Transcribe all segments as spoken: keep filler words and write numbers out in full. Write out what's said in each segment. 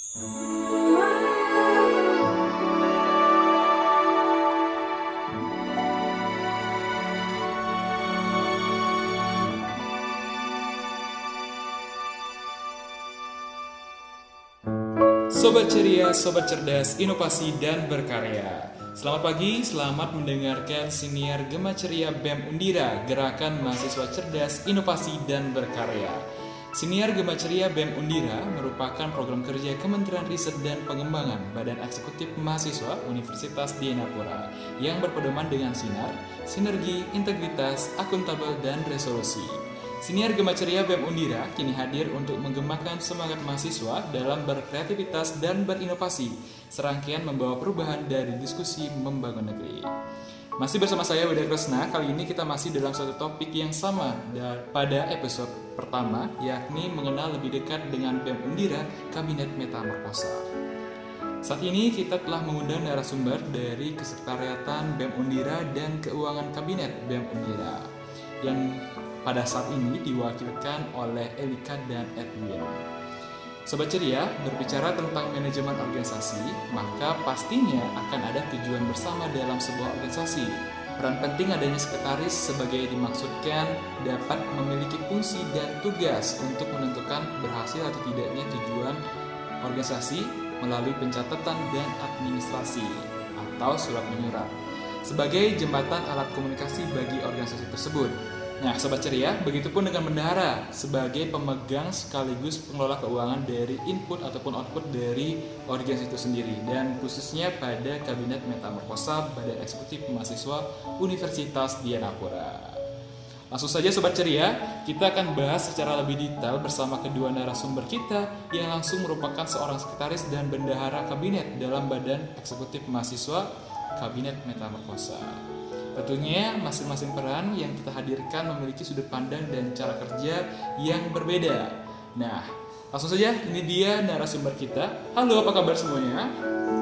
Sobat ceria, sobat cerdas, inovasi dan berkarya. Selamat pagi, selamat mendengarkan siniar Gema Ceria B E M Undira, Gerakan Mahasiswa Cerdas, Inovasi dan Berkarya. Siniar Gema Ceria B E M Undira merupakan program kerja Kementerian Riset dan Pengembangan Badan Eksekutif Mahasiswa Universitas Dianapura yang berpedoman dengan sinar, sinergi, integritas, akuntabel, dan resolusi. Siniar Gema Ceria B E M Undira kini hadir untuk menggemakan semangat mahasiswa dalam berkreativitas dan berinovasi, serangkaian membawa perubahan dari diskusi membangun negeri. Masih bersama saya Wida Kresna, kali ini kita masih dalam satu topik yang sama pada episode pertama, yakni mengenal lebih dekat dengan B E M Undira, Kabinet Metamorfosa. Saat ini kita telah mengundang narasumber dari Kesekretariatan B E M Undira dan Keuangan Kabinet B E M Undira, yang pada saat ini diwakilkan oleh Elika dan Edwin. Sobat ceria, berbicara tentang manajemen organisasi, maka pastinya akan ada tujuan bersama dalam sebuah organisasi. Peran penting adanya sekretaris sebagai dimaksudkan dapat memiliki fungsi dan tugas untuk menentukan berhasil atau tidaknya tujuan organisasi melalui pencatatan dan administrasi atau surat menyurat sebagai jembatan alat komunikasi bagi organisasi tersebut. Nah, sobat ceria, begitupun dengan bendahara sebagai pemegang sekaligus pengelola keuangan dari input ataupun output dari organisasi itu sendiri, dan khususnya pada Kabinet Metamorfosa Badan Eksekutif Mahasiswa Universitas Dianapura. Langsung saja sobat ceria, kita akan bahas secara lebih detail bersama kedua narasumber kita yang langsung merupakan seorang sekretaris dan bendahara kabinet dalam Badan Eksekutif Mahasiswa Kabinet Metamorfosa. Tentunya masing-masing peran yang kita hadirkan memiliki sudut pandang dan cara kerja yang berbeda. Nah, langsung saja ini dia narasumber kita. Halo, apa kabar semuanya?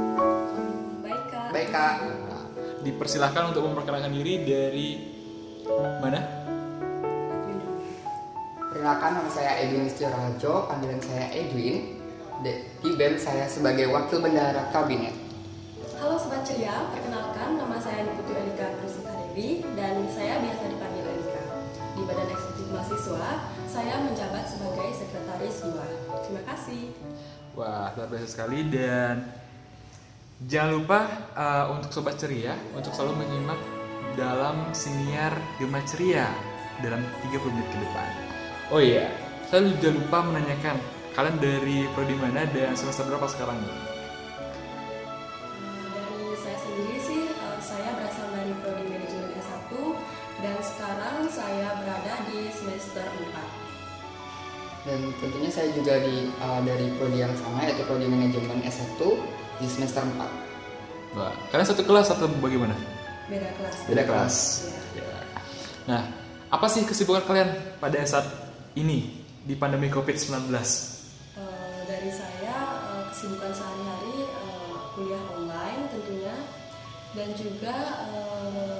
Baik Kak. Baik Kak. Nah, dipersilahkan untuk memperkenalkan diri dari mana? Perkenalkan, nama saya Edwin Istirahajo, panggilan saya Edwin. Di B E M saya sebagai Wakil Bendahara Kabinet. Halo Sobat Ceria, perkenalkan nama saya Niputu Elika Krusita Dewi dan saya biasa dipanggil Elika. Di Badan Eksekutif Mahasiswa, saya menjabat sebagai Sekretaris dua. Terima kasih. Wah, luar biasa sekali, dan jangan lupa uh, untuk Sobat Ceria untuk selalu menyimak dalam siniar Gema Ceria dalam tiga puluh menit ke depan. Oh iya, saya juga lupa menanyakan, kalian dari prodi mana dan semester berapa sekarang? Dan sekarang saya berada di semester empat. Dan tentunya saya juga di uh, dari prodi yang sama, yaitu prodi manajemen S satu di semester empat. Wah, kalian satu kelas atau bagaimana? Beda kelas. Beda kelas. Ya. Ya. Nah, apa sih kesibukan kalian pada saat ini di pandemi covid sembilan belas? Uh, dari saya uh, kesibukan sehari-hari uh, kuliah online tentunya, dan juga uh,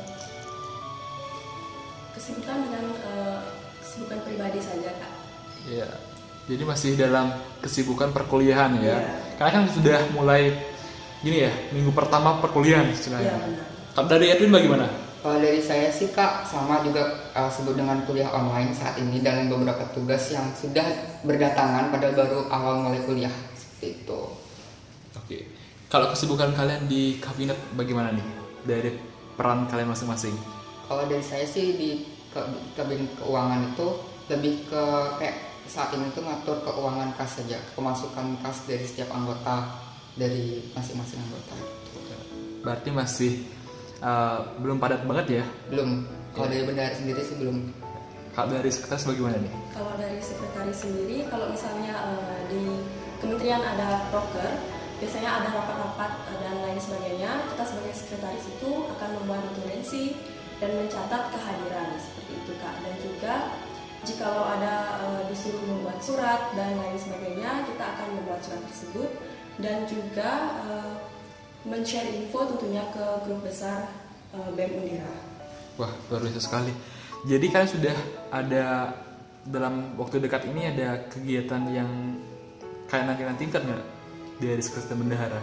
kesibukan dengan uh, kesibukan pribadi saja Kak. Iya. Jadi masih dalam kesibukan perkuliahan ya. Iya. Karena kan sudah mulai gini ya, minggu pertama perkuliahan istilahnya. Iya benar. Kalau dari Edwin bagaimana? Kalau dari saya sih Kak, sama juga uh, sibuk dengan kuliah online saat ini dan beberapa tugas yang sudah berdatangan padahal baru awal mulai kuliah seperti itu. Oke. Kalau kesibukan kalian di kabinet bagaimana nih? Dari peran kalian masing-masing. Kalau dari saya sih di ke, kabinet keuangan itu lebih ke kayak saat ini tuh ngatur keuangan kas saja, pemasukan kas dari setiap anggota, dari masing-masing anggota. Berarti masih uh, belum padat banget ya? Belum. Kalau Ya. dari bendahara sendiri sih belum. Kalau dari sekretaris bagaimana nih? Kalau dari sekretaris sendiri, kalau misalnya uh, di kementerian ada proker, biasanya ada rapat-rapat uh, dan lain sebagainya. Kita sebagai sekretaris itu akan membuat notulensi dan mencatat kehadiran seperti itu Kak. Dan juga jikalau ada e, disuruh membuat surat dan lain sebagainya, kita akan membuat surat tersebut dan juga e, men-share info tentunya ke grup besar e, B E M Undira. Wah, luar biasa sekali. Jadi kalian sudah ada dalam waktu dekat ini ada kegiatan yang kalian nanti-nantikan nggak? dari sekretaris dan bendahara?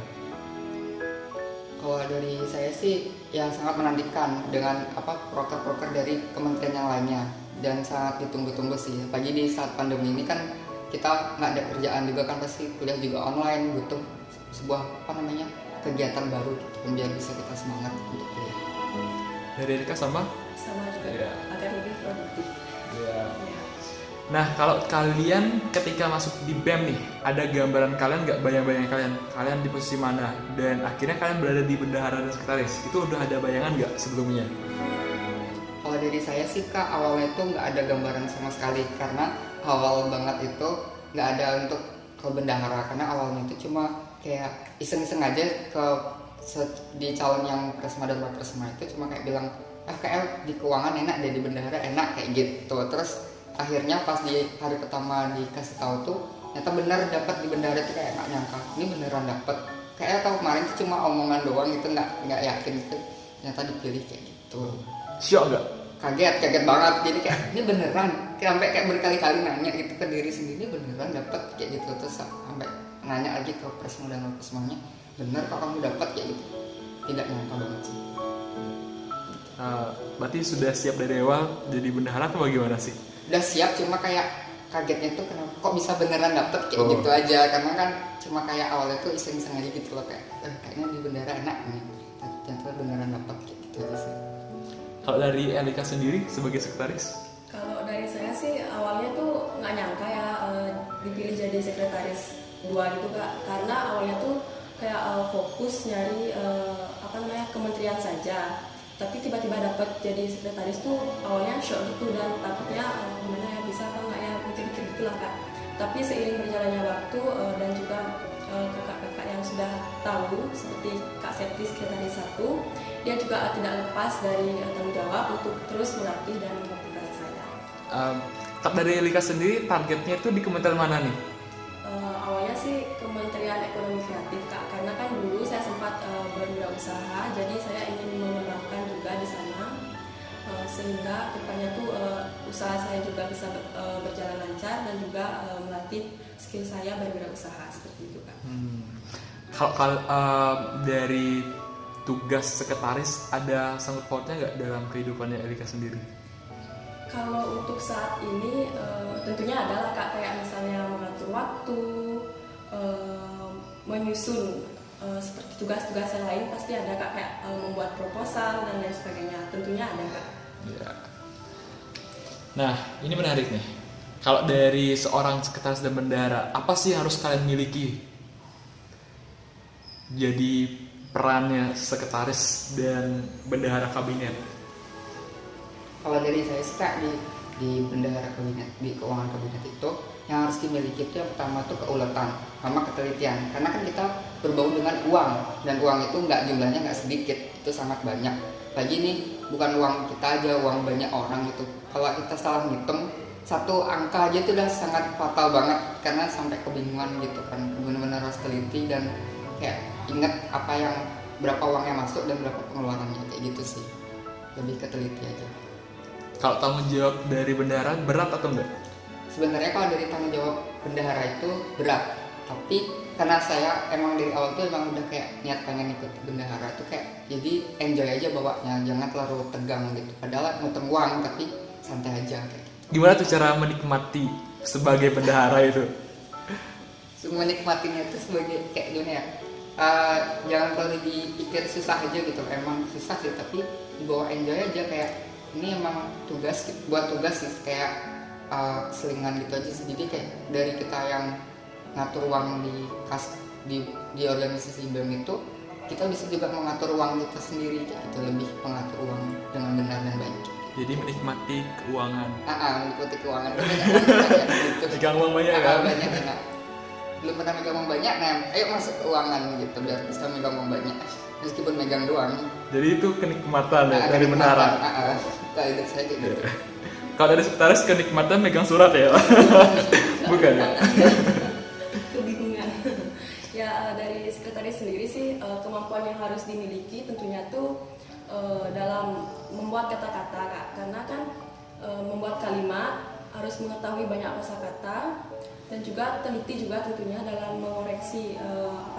Kalau dari saya sih yang sangat menantikan dengan apa proker-proker dari kementerian yang lainnya, dan sangat ditunggu-tunggu sih. Pagi di saat pandemi ini kan kita nggak ada kerjaan juga kan, pasti kuliah juga online, butuh sebuah apa namanya kegiatan baru gitu, biar bisa kita semangat untuk kuliah. Dari Erika sama? Sama juga Iya. agar lebih produktif. Iya. Ya. Nah, kalau kalian ketika masuk di B E M nih, ada gambaran kalian nggak, bayang-bayang kalian, kalian di posisi mana, dan akhirnya kalian berada di bendahara dan sekretaris, itu udah ada bayangan nggak sebelumnya? Kalau dari saya sih kak, awalnya itu nggak ada gambaran sama sekali, karena awal banget itu nggak ada untuk ke bendahara, karena awalnya itu cuma kayak iseng-iseng aja ke di calon yang presma dan presma itu cuma kayak bilang, ah kayak di keuangan enak deh, di bendahara enak kayak gitu. Terus akhirnya pas di hari pertama dikasih tahu tuh ternyata benar dapat di bendahara, itu kayak nggak nyangka ini beneran dapat. Kayak tahu kemarin tuh cuma omongan doang, itu nggak nggak yakin itu ternyata dipilih kayak gitu. Syok nggak? Kaget kaget banget, jadi kayak ini beneran, sampai kayak berkali-kali nanya gitu ke diri sendiri, beneran dapat kayak gitu. Terus sampai nanya lagi ke presma dan presmanya, bener kok kamu dapat kayak gitu, tidak nyangka banget sih. Uh, berarti sudah siap dari awal jadi bendahara atau bagaimana sih? Udah siap, cuma kayak kagetnya tuh kenapa kok bisa beneran dapet kayak Oh. gitu aja, karena kan cuma kayak awalnya tuh iseng-iseng aja gitu loh, kayak eh, kayaknya di bendahara enak nih, ternyata beneran dapet kayak gitu aja sih. Kalau dari Erika sendiri sebagai sekretaris? Kalau dari saya sih awalnya tuh nggak nyangka ya eh, dipilih jadi sekretaris dua gitu kak, karena awalnya tuh kayak eh, fokus nyari eh, apa namanya kementerian saja, tapi tiba-tiba dapat jadi sekretaris tuh awalnya shock gitu, dan takutnya eh, gimana ya, bisa apa nggak ya, mikir-mikir gitulah kak. Tapi seiring berjalannya waktu eh, dan juga eh, kakak-kakak yang sudah tahu seperti Kak Septi sekretaris satu, dia juga tidak lepas dari uh, tanggung jawab untuk terus melatih dan memotivasi saya. Um, dari Erika sendiri targetnya itu di kementerian mana nih? Uh, awalnya sih Kementerian Ekonomi Kreatif kak, karena kan dulu saya sempat uh, berwirausaha, jadi saya ingin mengembangkan juga di sana, uh, sehingga kedepannya tuh uh, usaha saya juga bisa ber, uh, berjalan lancar dan juga uh, melatih skill saya berwirausaha seperti itu kak. Hmm. Kalau uh, dari tugas sekretaris ada sangkut pautnya nggak dalam kehidupannya Erika sendiri? Kalau untuk saat ini uh, tentunya adalah kak, kayak misalnya mengatur waktu, uh, menyusun uh, seperti tugas-tugas yang lain pasti ada kak, kayak uh, membuat proposal dan lain sebagainya, tentunya ada kak. Ya. Nah, ini menarik nih. Kalau dari seorang sekretaris dan bendahara, apa sih yang harus kalian miliki? Jadi perannya sekretaris dan bendahara kabinet. Kalau dari saya sih kak, di di bendahara kabinet, di keuangan kabinet itu yang harus dimiliki itu yang pertama tuh keuletan sama ketelitian, karena kan kita berbau dengan uang, dan uang itu nggak jumlahnya nggak sedikit, itu sangat banyak. Lagi nih bukan uang kita aja, uang banyak orang gitu. Kalau kita salah ngitung satu angka aja itu udah sangat fatal banget, karena sampai kebingungan gitu kan. Benar-benar harus teliti dan kayak ingat apa yang berapa uangnya masuk dan berapa pengeluarannya, kayak gitu sih. Lebih ke teliti aja. Kalau tanggung jawab dari bendahara berat atau enggak? Sebenarnya kalau dari tanggung jawab bendahara itu berat, tapi karena saya emang dari awal tuh emang udah kayak niat pengen ikut bendahara tuh kayak jadi enjoy aja bawanya, jangan terlalu tegang gitu. Padahal ngutang uang tapi santai aja kayak. Gimana tuh cara menikmati sebagai bendahara itu? Semua nikmatinya tuh sebagai kayak gimana ya? Uh, jangan terlalu dipikir susah aja gitu. Emang susah sih, tapi dibawa enjoy aja, kayak ini emang tugas, buat tugas sih, kayak uh, selingan gitu aja sih. Jadi kayak dari kita yang ngatur uang di kas di, di organisasi B E M itu, kita bisa juga mengatur uang kita sendiri kayak gitu, lebih mengatur uang dengan benar dan baik. Jadi menikmati keuangan. Ah, ah menikmati keuangan banyak banyak gitu. Pegang uang banyak Ah, kan? banyak enak. Belum pernah megang uang banyak, nah ayo masuk keuangan gitu biar bisa megang uang banyak meskipun megang doang. Jadi itu kenikmatan ya Ah, dari bendahara. Ah, ah. Kalau itu saya kayak gitu. Kalau dari sekretaris kenikmatan megang surat ya? Bukan ya? Kebingungan. Ya dari sekretaris sendiri sih kemampuan yang harus dimiliki tentunya tuh dalam membuat kata-kata kak, karena kan membuat kalimat harus mengetahui banyak kosakata dan juga teliti juga tentunya dalam mengoreksi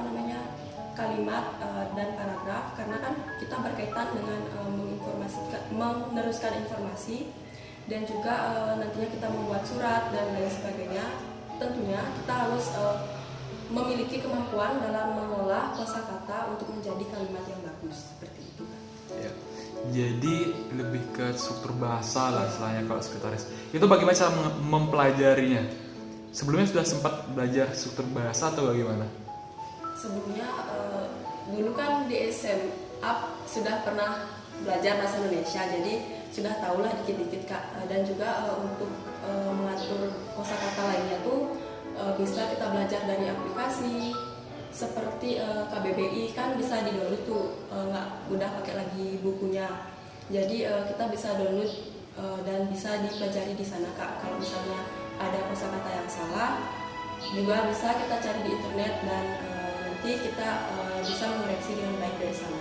kalimat uh, dan paragraf, karena kan kita berkaitan dengan uh, menginformasikan, meneruskan informasi, dan juga uh, nantinya kita membuat surat dan lain sebagainya. Tentunya kita harus uh, memiliki kemampuan dalam mengolah kosakata untuk menjadi kalimat yang bagus, seperti itu. Ya. Jadi lebih ke struktur bahasa lah istilahnya kalau sekretaris. Itu bagaimana cara mempelajarinya? Sebelumnya sudah sempat belajar struktur bahasa atau bagaimana? Sebelumnya uh, dulu kan di S M A sudah pernah belajar bahasa Indonesia, jadi sudah tahulah dikit-dikit Kak. Dan juga uh, untuk uh, mengatur kosakata lainnya tuh uh, bisa kita belajar dari aplikasi seperti uh, K B B I, kan bisa di-download tuh, nggak uh, mudah pakai lagi bukunya. Jadi uh, kita bisa download uh, dan bisa dipelajari di sana Kak. Kalau misalnya ada kosakata yang salah, juga bisa kita cari di internet dan uh, nanti kita uh, bisa mengoreksi dengan baik dari sana.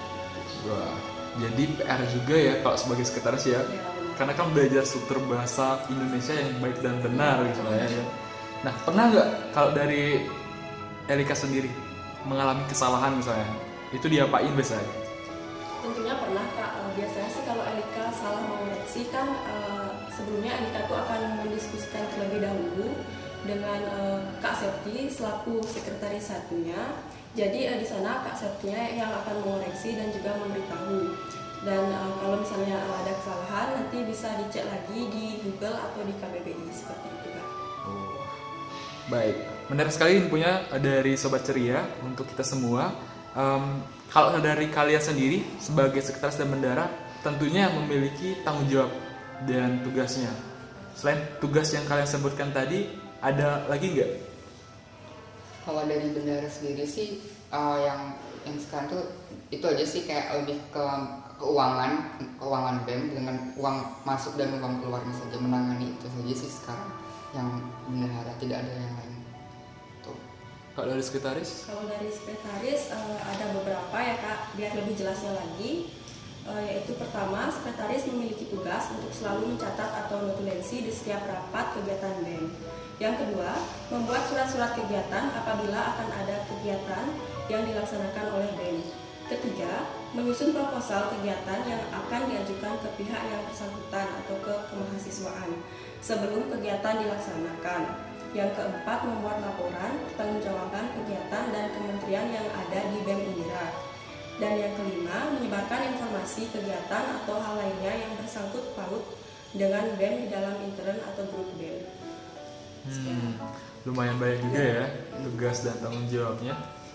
Wah, jadi P R juga ya kalau sebagai sekretaris ya, ya karena kan belajar struktur bahasa Indonesia yang baik dan benar gitu ya. Nah, pernah nggak kalau dari Elika sendiri mengalami kesalahan misalnya, itu diapain biasanya? Tentunya pernah Kak. Biasanya sih kalau Elika salah mengoreksi kan uh, sebelumnya Elika tuh akan mendiskusikan terlebih dahulu dengan uh, Kak Septi selaku sekretaris satunya. Jadi uh, di sana Kak Septinya yang akan mengoreksi dan juga memberitahu. Dan uh, kalau misalnya uh, ada kesalahan, nanti bisa dicek lagi di Google atau di K B B I, seperti itu Kak. Oh, baik, menarik sekali infonya dari Sobat Ceria untuk kita semua. Um, kalau dari kalian sendiri sebagai sekretaris dan bendahara tentunya memiliki tanggung jawab dan tugasnya. Selain tugas yang kalian sebutkan tadi, ada lagi nggak? Kalau dari bendahara sendiri sih uh, yang yang sekarang tuh itu aja sih, kayak lebih ke keuangan keuangan B E M dengan uang masuk dan uang keluarnya saja, menangani itu saja sih sekarang yang bendahara, tidak ada yang lain. Tuh. Kalau dari sekretaris? Kalau dari sekretaris uh, ada beberapa ya Kak, biar lebih jelasnya lagi. Uh, yaitu pertama, sekretaris memiliki tugas untuk selalu mencatat atau notulensi di setiap rapat kegiatan B E M. Yang kedua, membuat surat-surat kegiatan apabila akan ada kegiatan yang dilaksanakan oleh B E M. Ketiga, menyusun proposal kegiatan yang akan diajukan ke pihak yang bersangkutan atau ke kemahasiswaan sebelum kegiatan dilaksanakan. Yang keempat, membuat laporan pertanggungjawaban kegiatan dan kementerian yang ada di B E M Undira. Dan yang kelima, menyebarkan informasi kegiatan atau hal lainnya yang bersangkut paut dengan B E M di dalam intern atau grup B E M. Hmm, lumayan banyak juga ya tugas dan tanggung jawabnya.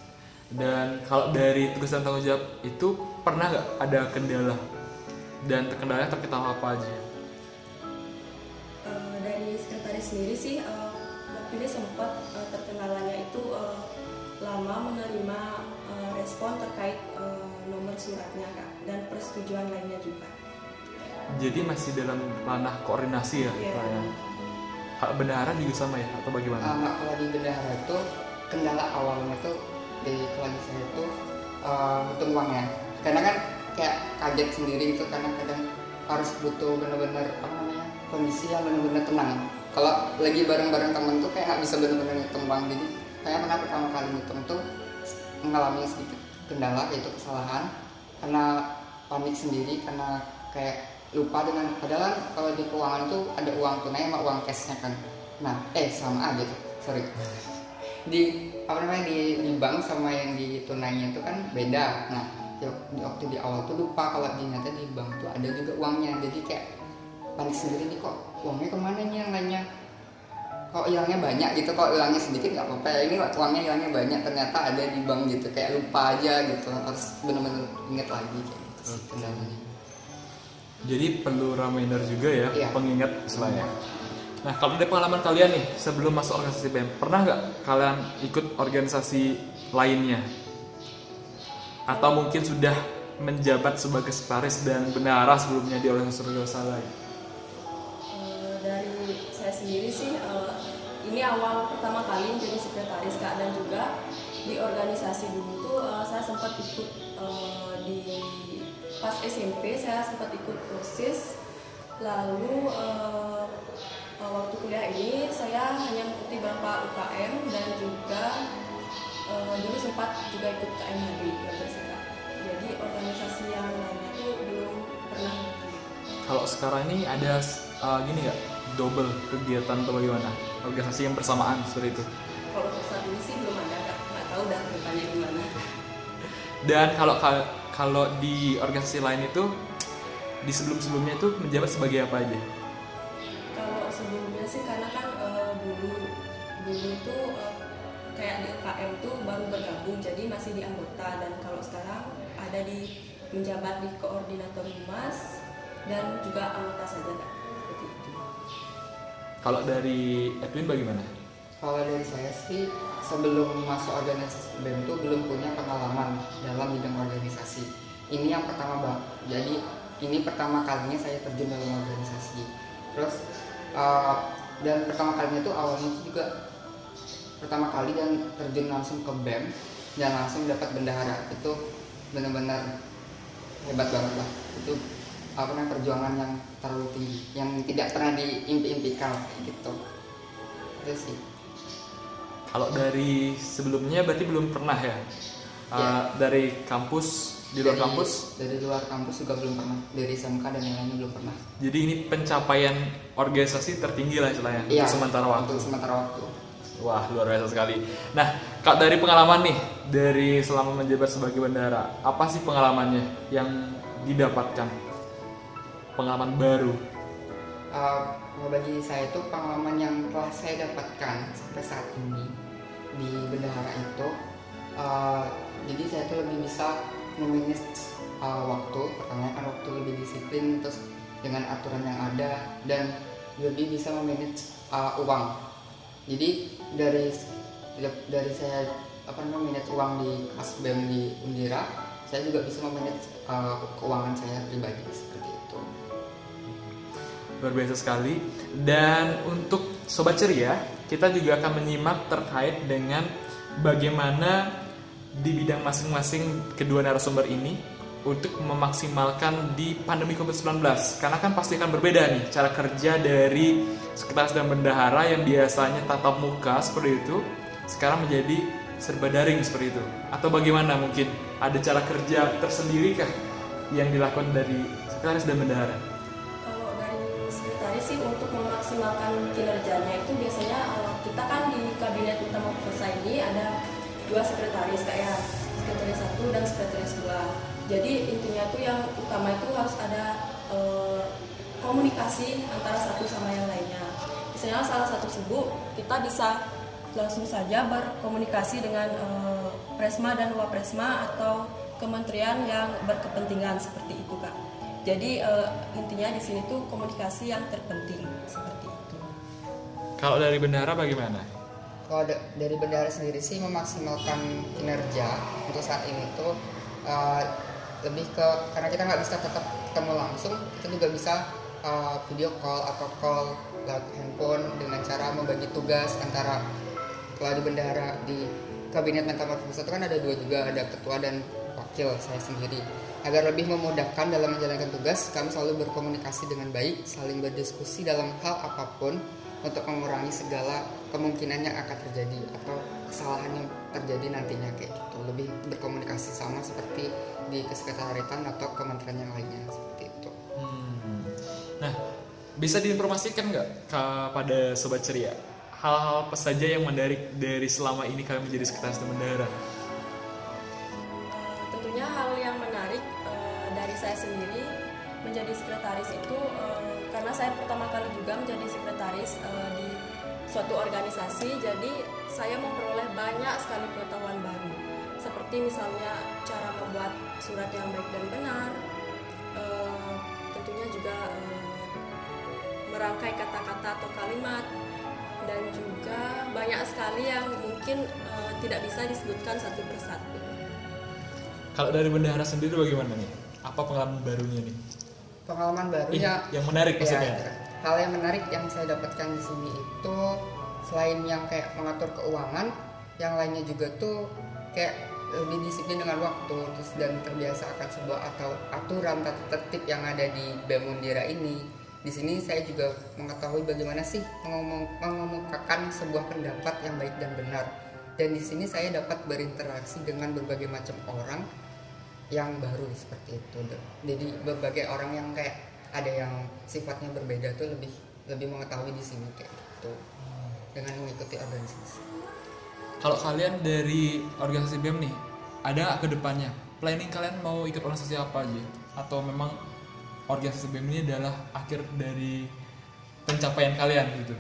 Dan kalau dari tugas dan tanggung jawab itu pernah nggak ada kendala? Dan kendalanya terkait apa aja? Uh, dari sekretaris sendiri sih, uh, waktu ini sempat uh, terkendalanya itu uh, lama menerima uh, respon terkait uh, nomor suratnya Kak, dan persetujuan lainnya juga. Jadi masih dalam ranah koordinasi ya? Yeah. Ya? Kalau bendahara juga sama ya atau bagaimana? Uh, kalau di bendahara itu kendala awalnya tuh di kelas saya itu uh, butuh uangnya, karena kan kayak kaget sendiri itu, karena kadang harus butuh benar-benar apa namanya kondisi yang benar-benar tenang. Kalau lagi bareng-bareng temen tuh kayak nggak bisa benar-benar ngitung uang. Jadi saya pernah pertama kali ngitung tuh mengalami sedikit kendala, yaitu kesalahan karena panik sendiri, karena kayak lupa dengan, padahal kalau di keuangan tuh ada uang tunai sama uang cashnya kan. Nah eh sama aja tuh, sorry di apa namanya di, di bank sama yang di tunainya itu kan beda. Nah di, waktu di awal tuh lupa kalau ternyata di bank tuh ada juga uangnya, jadi kayak panik sendiri nih, kok uangnya kemana nih yang lainnya, kok hilangnya banyak gitu, kok hilangnya sedikit nggak apa-apa ya, ini uangnya hilangnya banyak ternyata ada di bank gitu, kayak lupa aja gitu, harus benar-benar inget lagi kayak gitu sih kendalanya. Jadi perlu reminder juga ya, Iya. pengingat istilahnya. Nah, kalau dari pengalaman kalian nih sebelum masuk organisasi B E M, pernah nggak kalian ikut organisasi lainnya? Atau mungkin sudah menjabat sebagai sekretaris dan bendahara sebelumnya di organisasi lain? Uh, dari saya sendiri sih, uh, ini awal pertama kali menjadi sekretaris Kak, dan juga di organisasi dulu tuh uh, saya sempat ikut uh, di pas S M P, saya sempat ikut OSIS. Lalu uh, uh, waktu kuliah ini saya hanya mengikuti beberapa U K M, dan juga uh, dulu sempat sempat juga ikut K M H D belajar sikap. Jadi organisasi yang lainnya tuh belum pernah. Kalau sekarang ini ada uh, gini nggak, double kegiatan atau bagaimana? Organisasi yang bersamaan seperti itu? Kalau saat ini sih belum ada, nggak nggak tahu dah depannya gimana. Dan kalau kalau di organisasi lain itu di sebelum-sebelumnya itu menjabat sebagai apa aja? Kalau sebelumnya sih karena kan uh, dulu dulu tuh uh, kayak di U K M tuh baru bergabung, jadi masih di anggota. Dan kalau sekarang ada di menjabat di koordinator humas dan juga anggota saja Kak. Seperti itu. Kalau dari Edwin bagaimana? Kalau dari saya sih sebelum masuk organisasi B E M tuh belum punya pengalaman dalam bidang organisasi. Ini yang pertama Bang. Jadi ini pertama kalinya saya terjun dalam organisasi. Terus uh, dan pertama kalinya tuh awalnya juga pertama kali dan terjun langsung ke B E M dan langsung dapat bendahara. Itu benar-benar hebat banget lah. Itu apa namanya perjuangan yang terlalu tinggi, yang tidak pernah diimpi-impikan gitu. Itu sih. Kalau dari sebelumnya berarti belum pernah ya? Uh, Ya. Dari kampus, di luar Dari- kampus? Dari luar kampus juga belum pernah. Dari S M K dan yang lainnya belum pernah. Jadi ini pencapaian organisasi tertinggi lah istilahnya Iya, untuk sementara waktu. Untuk sementara waktu. Wah, luar biasa sekali. Nah, Kak, dari pengalaman nih, dari selama menjabat sebagai bendahara, apa sih pengalamannya yang didapatkan? Pengalaman baru. Uh, kalau bagi saya itu pengalaman yang telah saya dapatkan sampai saat ini di bendahara itu, uh, jadi saya tuh lebih bisa memanage uh, waktu. Pertama kan waktu lebih disiplin, terus dengan aturan yang ada, dan lebih bisa memanage uh, uang. Jadi dari dari saya apa namanya manage uang di kas B E M di Undira, saya juga bisa memanage uh, keuangan saya pribadi seperti itu. Luar biasa sekali. Dan untuk Sobat Ceria, kita juga akan menyimak terkait dengan bagaimana di bidang masing-masing kedua narasumber ini untuk memaksimalkan di pandemi covid sembilan belas. Karena kan pasti akan berbeda nih cara kerja dari sekretaris dan bendahara yang biasanya tatap muka seperti itu, sekarang menjadi serba daring seperti itu. Atau bagaimana, mungkin ada cara kerja tersendiri kah yang dilakukan dari sekretaris dan bendahara? Kalau dari sekretaris sih untuk memaksimalkan kinerjanya itu biasanya uh, kita kan di kabinet utama Persa ini ada dua sekretaris kayak sekretaris satu dan sekretaris dua. Jadi intinya tuh yang utama itu harus ada uh, komunikasi antara satu sama yang lainnya. Misalnya salah satu sibuk, kita bisa langsung saja berkomunikasi dengan uh, Presma dan Wapresma atau kementerian yang berkepentingan seperti itu Kak. Jadi uh, intinya di sini tuh komunikasi yang terpenting seperti itu. Kalau dari bendahara bagaimana? Kalau da- dari bendahara sendiri sih memaksimalkan kinerja untuk saat ini tuh uh, lebih ke karena kita nggak bisa tetap ketemu langsung, kita juga bisa uh, video call atau call lewat handphone dengan cara membagi tugas antara kalau di bendahara di kabinet metamorfosa itu kan ada dua juga, ada ketua dan wakil saya sendiri. Agar lebih memudahkan dalam menjalankan tugas, kami selalu berkomunikasi dengan baik, saling berdiskusi dalam hal apapun untuk mengurangi segala kemungkinan yang akan terjadi atau kesalahan yang terjadi nantinya kayak gitu. Lebih berkomunikasi sama seperti di kesekretariatan atau kementerian yang lainnya seperti itu. Hmm. Nah, bisa diinformasikan nggak kepada Sobat Ceria hal-hal apa saja yang menarik dari selama ini kalian menjadi sekretaris dan bendahara? Uh, tentunya hal yang menarik uh, dari saya sendiri menjadi sekretaris itu uh, karena saya pertama kali juga menjadi sekretaris uh, di suatu organisasi, jadi saya memperoleh banyak sekali pengetahuan baru, seperti misalnya cara membuat surat yang baik dan benar, uh, tentunya juga uh, merangkai kata-kata atau kalimat, dan juga banyak sekali yang mungkin uh, tidak bisa disebutkan satu persatu. Kalau dari bendahara sendiri bagaimana nih? Apa pengalaman barunya nih? Pengalaman baru Ih, ya, yang menarik ya, maksudnya. hal yang menarik yang saya dapatkan di sini itu selain yang kayak mengatur keuangan, yang lainnya juga tuh kayak lebih disiplin dengan waktu, terus dan terbiasa akan sebuah atau aturan tata tertib yang ada di B E M Undira ini. Di sini saya juga mengetahui bagaimana sih mengomong, mengemukakan sebuah pendapat yang baik dan benar, dan di sini saya dapat berinteraksi dengan berbagai macam orang yang baru seperti itu. Jadi berbagai orang yang kayak ada yang sifatnya berbeda tuh lebih lebih mengetahui di sini kayak gitu dengan mengikuti organisasi. Kalau kalian dari organisasi B E M nih, ada ke depannya planning kalian mau ikut organisasi apa aja? Atau memang organisasi B E M ini adalah akhir dari pencapaian kalian gitu?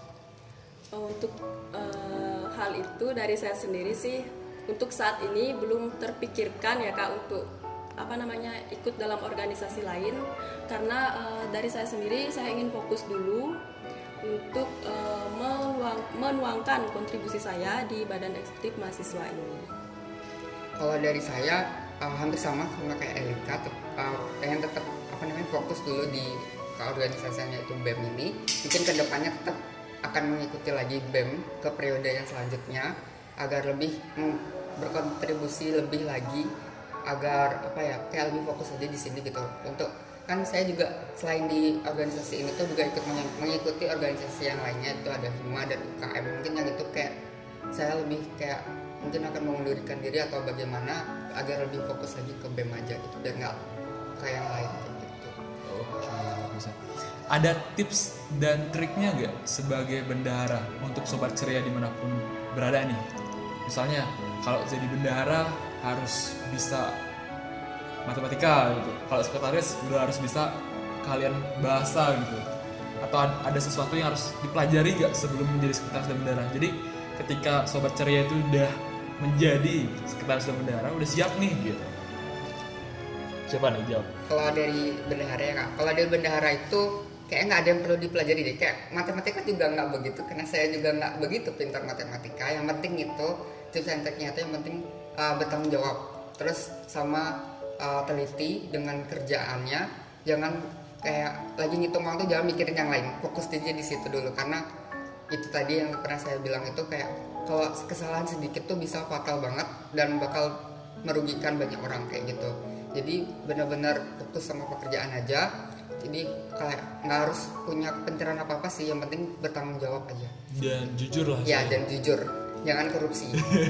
Untuk uh, hal itu dari saya sendiri sih untuk saat ini belum terpikirkan ya Kak untuk apa namanya ikut dalam organisasi lain, karena uh, dari saya sendiri saya ingin fokus dulu untuk uh, meluang, menuangkan kontribusi saya di Badan Eksekutif Mahasiswa ini. Kalau dari saya uh, hampir sama sama kayak Elika, tep, uh, pengen tetap apa namanya fokus dulu di keorganisasiannya itu B E M ini. Mungkin kedepannya tetap akan mengikuti lagi B E M ke periode yang selanjutnya agar lebih mm, berkontribusi lebih lagi, agar apa ya kayak lebih fokus aja di sini gitu. Untuk kan saya juga selain di organisasi ini tuh juga ikut mengikuti organisasi yang lainnya, itu ada Hima dan U K M. Mungkin yang itu kayak saya lebih kayak mungkin akan mengundurkan diri atau bagaimana agar lebih fokus lagi ke B E M aja gitu, biar nggak kayak yang lain gitu. Oh, bisa. Ada tips dan triknya nggak sebagai bendahara untuk sobat ceria dimanapun berada nih? Misalnya kalau jadi bendahara harus bisa matematika gitu, kalau sekretaris udah harus bisa kalian bahasa gitu, atau ada sesuatu yang harus dipelajari nggak sebelum menjadi sekretaris dan bendahara? Jadi ketika sobat ceria itu udah menjadi sekretaris dan bendahara, udah siap nih gitu. Siapa nih jawab? Kalau dari bendahara ya Kak, kalau dari bendahara itu kayak nggak ada yang perlu dipelajari deh. Kayak matematika juga nggak begitu, karena saya juga nggak begitu pintar matematika. Yang penting itu tips and triknya itu yang penting uh, bertanggung jawab, terus sama uh, teliti dengan kerjaannya. Jangan kayak lagi ngitung uang tuh jangan mikirin yang lain, fokus aja di situ dulu, karena itu tadi yang pernah saya bilang itu kayak kalau kesalahan sedikit tuh bisa fatal banget dan bakal merugikan banyak orang kayak gitu. Jadi benar-benar fokus sama pekerjaan aja. Jadi kayak nggak harus punya pencerahan apa apa sih, yang penting bertanggung jawab aja dan jujur lah. Ya saya. Dan jujur, jangan korupsi.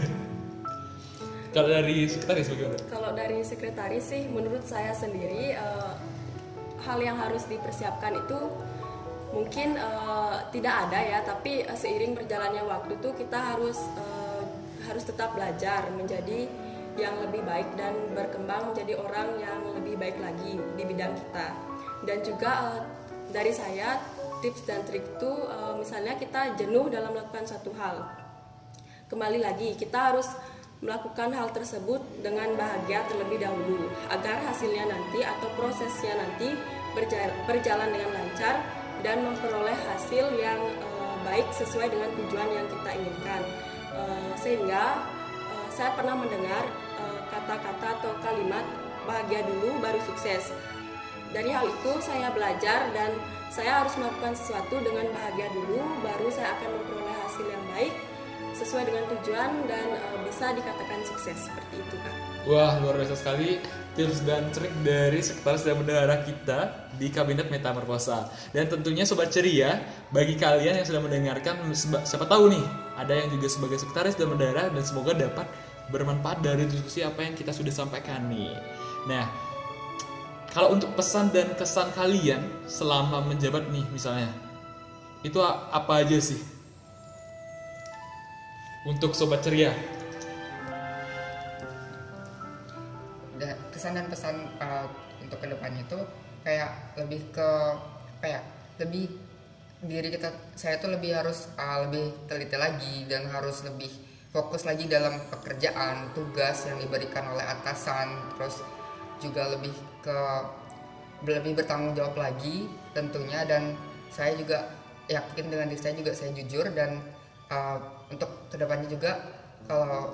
Kalau dari sekretaris bagaimana? Kalau dari sekretaris sih menurut saya sendiri uh, hal yang harus dipersiapkan itu mungkin uh, tidak ada ya, tapi uh, seiring berjalannya waktu tuh kita harus uh, harus tetap belajar menjadi yang lebih baik dan berkembang menjadi orang yang lebih baik lagi di bidang kita. Dan juga uh, dari saya tips dan trik itu uh, misalnya kita jenuh dalam melakukan satu hal, kembali lagi kita harus melakukan hal tersebut dengan bahagia terlebih dahulu agar hasilnya nanti atau prosesnya nanti berjalan, berjalan dengan lancar dan memperoleh hasil yang uh, baik sesuai dengan tujuan yang kita inginkan. Uh, sehingga uh, saya pernah mendengar uh, kata-kata atau kalimat bahagia dulu baru sukses. Dari hal itu saya belajar dan saya harus melakukan sesuatu dengan bahagia dulu, baru saya akan memperoleh hasil yang baik sesuai dengan tujuan dan e, bisa dikatakan sukses seperti itu Kak. Wah, luar biasa sekali tips dan trik dari sekretaris dan bendahara kita di Kabinet Metamorfosa. Dan tentunya sobat ceria, bagi kalian yang sudah mendengarkan, siapa tahu nih ada yang juga sebagai sekretaris dan bendahara, dan semoga dapat bermanfaat dari diskusi apa yang kita sudah sampaikan nih. Nah, kalau untuk pesan dan kesan kalian selama menjabat nih misalnya, itu apa aja sih untuk sobat ceria? Dan kesan dan pesan uh, untuk kedepannya itu kayak lebih ke apa ya, lebih diri kita, saya tuh lebih harus uh, lebih teliti lagi dan harus lebih fokus lagi dalam pekerjaan, tugas yang diberikan oleh atasan, terus juga lebih ke lebih bertanggung jawab lagi tentunya. Dan saya juga yakin dengan diri saya juga saya jujur, dan uh, untuk kedepannya juga kalau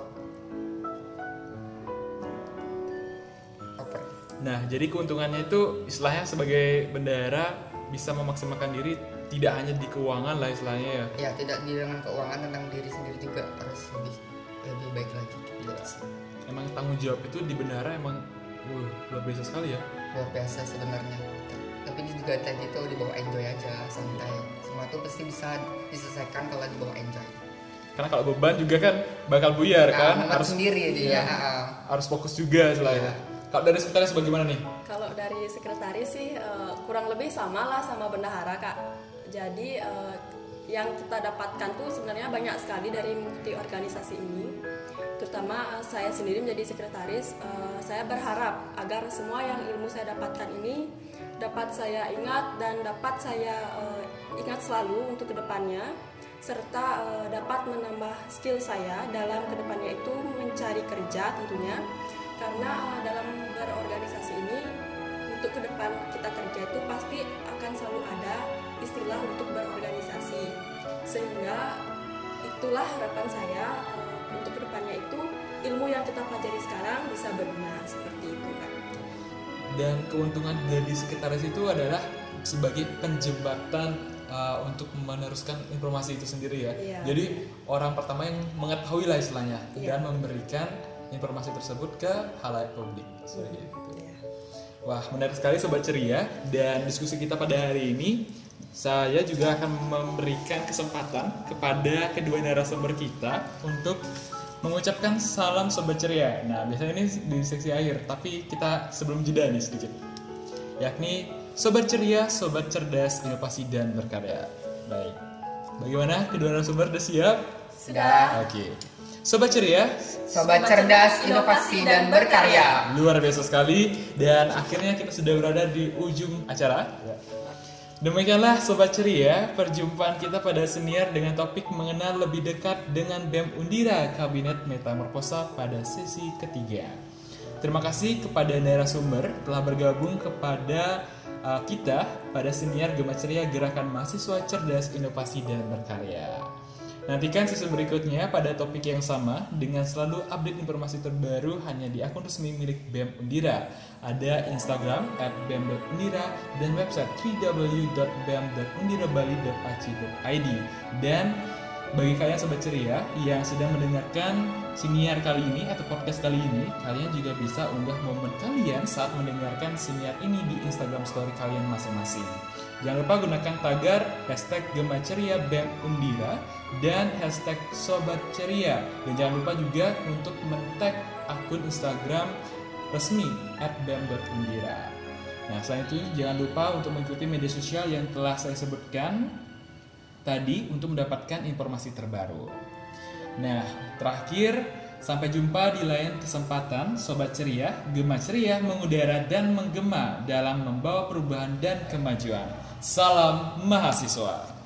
oper. Nah, jadi keuntungannya itu istilahnya sebagai bendahara bisa memaksimalkan diri tidak hanya di keuangan lah istilahnya ya. Ya, tidak di dengan keuangan, tentang diri sendiri juga harus lebih lebih baik lagi. Yes. Emang tanggung jawab itu di bendahara emang uh, luar biasa sekali ya. Luar biasa sebenarnya. Tapi juga tadi itu dibawa enjoy aja, santai. Semua itu pasti bisa diselesaikan kalau dibawa enjoy. Karena kalau beban juga kan bakal buyar Nah, kan, mumet harus sendiri dia. iya, harus fokus juga selain. Iya. Kalau dari sekretaris bagaimana nih? Kalau dari sekretaris sih eh, kurang lebih sama lah sama bendahara Kak. Jadi eh, yang kita dapatkan tuh sebenarnya banyak sekali dari mengikuti organisasi ini. Terutama eh, saya sendiri menjadi sekretaris, eh, saya berharap agar semua yang ilmu saya dapatkan ini dapat saya ingat dan dapat saya eh, ingat selalu untuk kedepannya, serta eh, dapat menambah skill saya dalam kedepannya itu mencari kerja tentunya. Karena uh, dalam berorganisasi ini untuk ke depan kita kerja itu pasti akan selalu ada istilah untuk berorganisasi, sehingga itulah harapan saya uh, untuk kedepannya itu ilmu yang kita pelajari sekarang bisa berguna seperti itu Kak. Dan keuntungan dari sekretaris itu adalah sebagai penjembatan uh, untuk meneruskan informasi itu sendiri ya. Iya. Jadi orang pertama yang mengetahui lah istilahnya Iya. dan memberikan informasi tersebut ke halayak publik. Seperti itu. Iya. Wah, menarik sekali Sobat Ceria. Dan diskusi kita pada hari ini, saya juga akan memberikan kesempatan kepada kedua narasumber kita untuk mengucapkan salam Sobat Ceria. Nah, biasanya ini di seksi akhir, tapi kita sebelum jeda nih sedikit. Yakni Sobat Ceria, Sobat Cerdas, Inovasi dan Berkarya. Baik. Bagaimana kedua narasumber sudah siap? Sudah. Oke. Sobat Ceria, Sobat cerdas, inovasi dan berkarya. luar biasa sekali. Dan akhirnya kita sudah berada di ujung acara. Demikianlah Sobat Ceria, perjumpaan kita pada senior dengan topik mengenal lebih dekat dengan B E M Undira Kabinet Metamorfosa pada sesi ketiga. Terima kasih kepada narasumber telah bergabung kepada uh, kita pada senior Gema Ceria Gerakan Mahasiswa Cerdas Inovasi dan Berkarya. Nantikan sesi berikutnya pada topik yang sama dengan selalu update informasi terbaru hanya di akun resmi milik B E M Undira. Ada Instagram at b e m dot undira dan website w w w dot b e m dot undira bali dot a c dot i d. Dan bagi kalian Sobat Ceria yang sedang mendengarkan siniar kali ini atau podcast kali ini, kalian juga bisa unggah momen kalian saat mendengarkan siniar ini di Instagram story kalian masing-masing. Jangan lupa gunakan tagar hashtag Gema Ceria B E M Undira dan hashtag Sobat Ceria. Dan jangan lupa juga untuk men-tag akun Instagram resmi at b e m dot undira. Nah, selain itu jangan lupa untuk mengikuti media sosial yang telah saya sebutkan tadi untuk mendapatkan informasi terbaru. Nah, terakhir, sampai jumpa di lain kesempatan. Sobat Ceria, Gema Ceria mengudara dan menggema dalam membawa perubahan dan kemajuan. Salam mahasiswa.